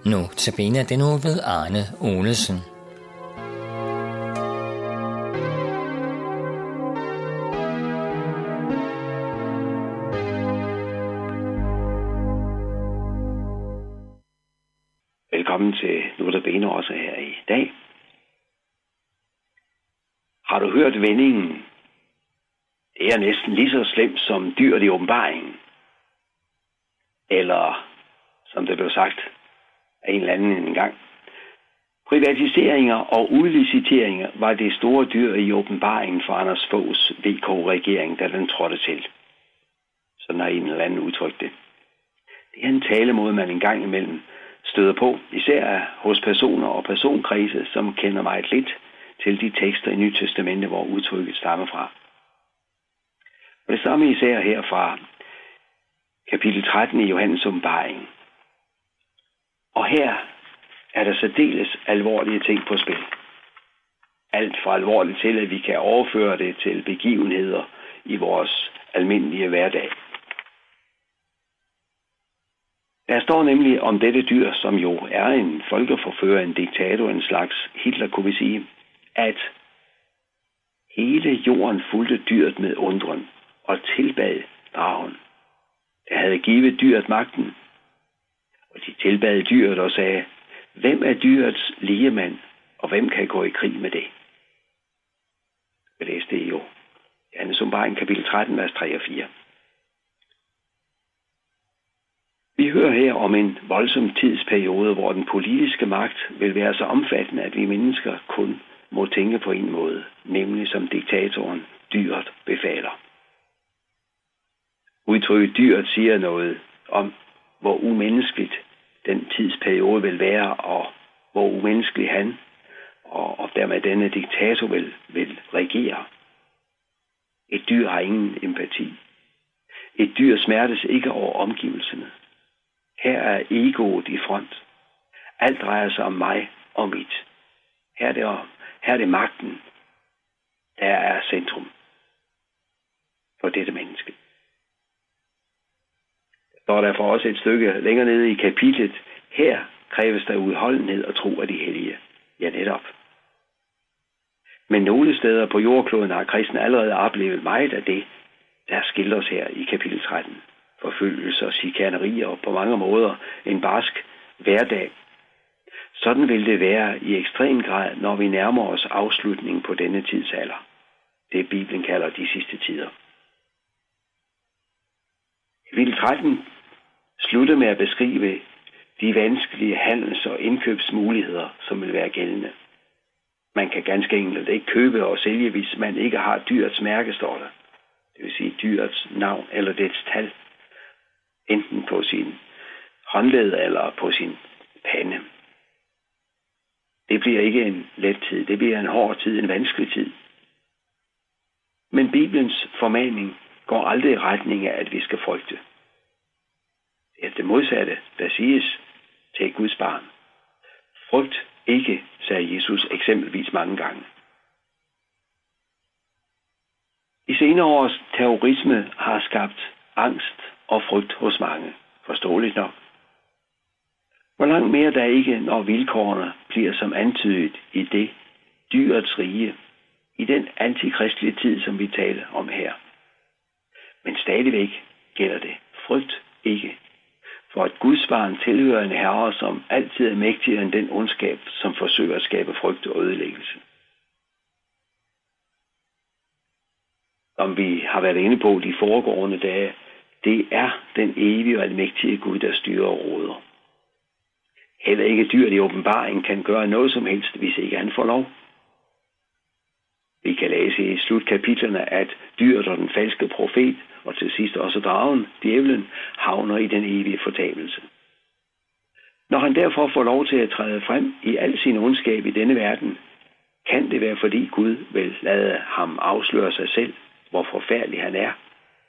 Nu tabiner den nu ved Arne Olesen. Velkommen til Notabene også her i dag. Har du hørt vendingen? Det er næsten lige så slemt som dyret i åbenbaringen. Eller, som det blev sagt af en eller anden engang, privatiseringer og udliciteringer var det store dyr i åbenbaringen for Anders Foghs VK-regering, da den trådte til. Sådan har en eller anden udtrykt det. Det er en talemåde, man engang imellem støder på, især hos personer og personkredse, som kender meget lidt til de tekster i Nyt Testamente, hvor udtrykket stammer fra. Og det samme især her fra kapitel 13 i Johannes åbenbaring. Og her er der særdeles alvorlige ting på spil. Alt for alvorligt til, at vi kan overføre det til begivenheder i vores almindelige hverdag. Der står nemlig om dette dyr, som jo er en folkeforfører, en diktator, en slags Hitler, kunne vi sige, at hele jorden fulgte dyret med undren og tilbad dragen. Der havde givet dyret magten, og de tilbad dyret og sagde, hvem er dyrets ligemand, og hvem kan gå i krig med det? Jeg læste det jo. Johannes åbenbaring kapitel 13, vers 3 og 4. Vi hører her om en voldsom tidsperiode, hvor den politiske magt vil være så omfattende, at vi mennesker kun må tænke på en måde, nemlig som diktatoren dyret befaler. Udtrykket dyret siger noget om, hvor umenneskeligt den tidsperiode vil være, og hvor umenneskelig han og dermed denne diktator vil regere. Et dyr har ingen empati. Et dyr smertes ikke over omgivelserne. Her er egoet i front. Alt drejer sig om mig og mit. Her er det magten, der er centrum for dette menneske. Der står derfor også et stykke længere nede i kapitlet. Her kræves der udholdenhed og tro af de hellige. Ja, netop. Men nogle steder på jordkloden har kristne allerede oplevet meget af det, der skildres her i kapitel 13. Forfølgelser, chikanerier og på mange måder en barsk hverdag. Sådan vil det være i ekstrem grad, når vi nærmer os afslutningen på denne tidsalder. Det Bibelen kalder de sidste tider. Kapitel 13 slutter med at beskrive de vanskelige handels- og indkøbsmuligheder, som vil være gældende. Man kan ganske enkelt ikke købe og sælge, hvis man ikke har dyrets mærke, står der. Det vil sige dyrets navn eller dets tal. Enten på sin håndled eller på sin pande. Det bliver ikke en let tid. Det bliver en hård tid, en vanskelig tid. Men Bibelens formaning går aldrig i retning af, at vi skal frygte. Det er det modsatte, der siges til Guds barn. Frygt ikke, sagde Jesus eksempelvis mange gange. I senere års terrorisme har skabt angst og frygt hos mange. Forståeligt nok. Hvor langt mere der ikke, når vilkårene bliver som antydet i det dyrets rige, i den antikristelige tid, som vi taler om her. Men stadigvæk gælder det. Frygt ikke. For at Guds barn tilhører en herre, som altid er mægtigere end den ondskab, som forsøger at skabe frygt og ødelæggelse. Som vi har været inde på de foregående dage, det er den evige og almægtige Gud, der styrer og råder. Heller ikke dyret i åbenbaringen kan gøre noget som helst, hvis ikke han får lov. Vi kan læse i slutkapitlerne, at dyret og den falske profet, og til sidst også dragen, djævlen, havner i den evige fortabelse. Når han derfor får lov til at træde frem i al sin ondskab i denne verden, kan det være fordi Gud vil lade ham afsløre sig selv, hvor forfærdelig han er.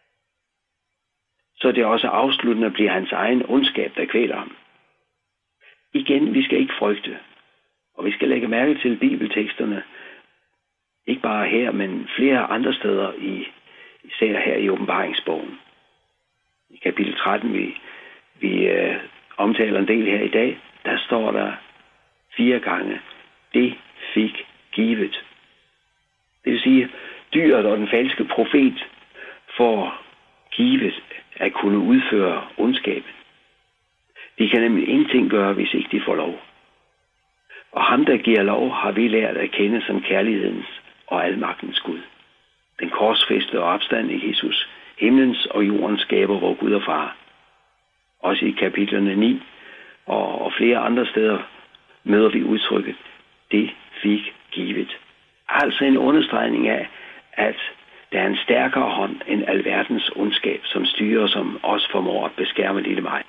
Så det også afsluttende bliver hans egen ondskab, der kvæler ham. Igen, vi skal ikke frygte, og vi skal lægge mærke til bibelteksterne, ikke bare her, men flere andre steder, især her i åbenbaringsbogen. I kapitel 13, vi omtaler en del her i dag, der står der 4 gange, det fik givet. Det vil sige, dyret og den falske profet får givet at kunne udføre ondskaben. De kan nemlig ingenting gøre, hvis ikke de får lov. Og ham, der giver lov, har vi lært at kende som kærlighedens og almagtens Gud. Den korsfæstede og opstandne Jesus, himlens og jordens skaber, vor Gud og Far. Også i kapitlerne 9 og flere andre steder møder vi udtrykket, det fik givet. Altså en understregning af, at der er en stærkere hånd end alverdens ondskab, som styrer, som også formår at beskærme lille mig.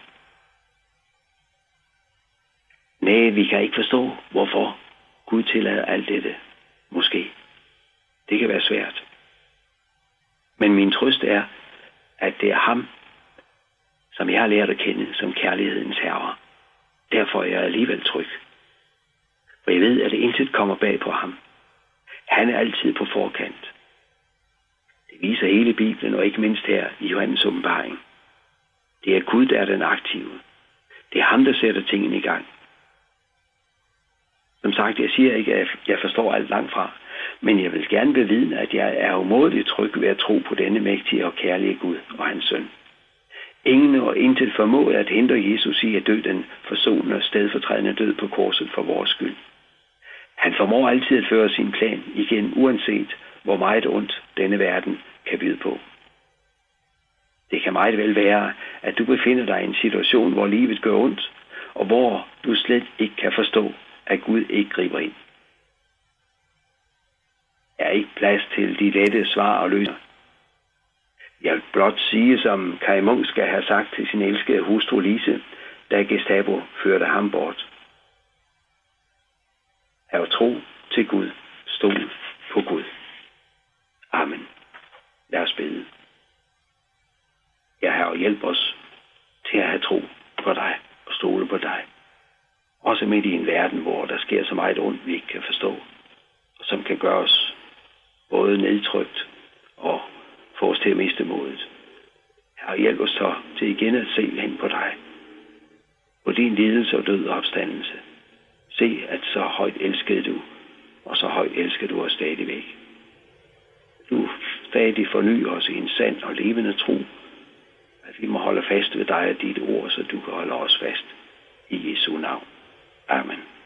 Nej, vi kan ikke forstå, hvorfor Gud tillader alt dette. Måske. Det kan være svært. Men min trøst er, at det er ham, som jeg har lært at kende som kærlighedens herre. Derfor er jeg alligevel tryg. For jeg ved, at det intet kommer bag på ham. Han er altid på forkant. Det viser hele Bibelen, og ikke mindst her i Johannes åbenbaring. Det er Gud, der er den aktive. Det er ham, der sætter tingene i gang. Som sagt, jeg siger ikke, at jeg forstår alt langt fra, men jeg vil gerne bevidne, at jeg er umådeligt tryg ved at tro på denne mægtige og kærlige Gud og hans søn. Ingen og intet formået at hindre Jesus i at dø den forsonende og stedfortrædende død på korset for vores skyld. Han formår altid at føre sin plan igen, uanset hvor meget ondt denne verden kan byde på. Det kan meget vel være, at du befinder dig i en situation, hvor livet gør ondt, og hvor du slet ikke kan forstå, at Gud ikke griber ind. Der er ikke plads til de lette svar og løsninger. Jeg vil blot sige, som Kai Munk skal have sagt til sin elskede hustru Lise, da Gestapo førte ham bort. Hav tro til Gud. Stol på Gud. Amen. Lad os bede. Jeg har hjælp os til at have tro på dig og stole på dig. Også midt i en verden, hvor der sker så meget ondt, vi ikke kan forstå, og som kan gøre os både nedtrykt og få os til at miste modet. Herre, hjælp os så til igen at se hen på dig, på din lidelse og død og opstandelse. Se, at så højt elskede du, og så højt elsker du os stadigvæk. Du stadig fornyer os i en sand og levende tro, at vi må holde fast ved dig og dit ord, så du kan holde os fast. I Jesu navn. Amen.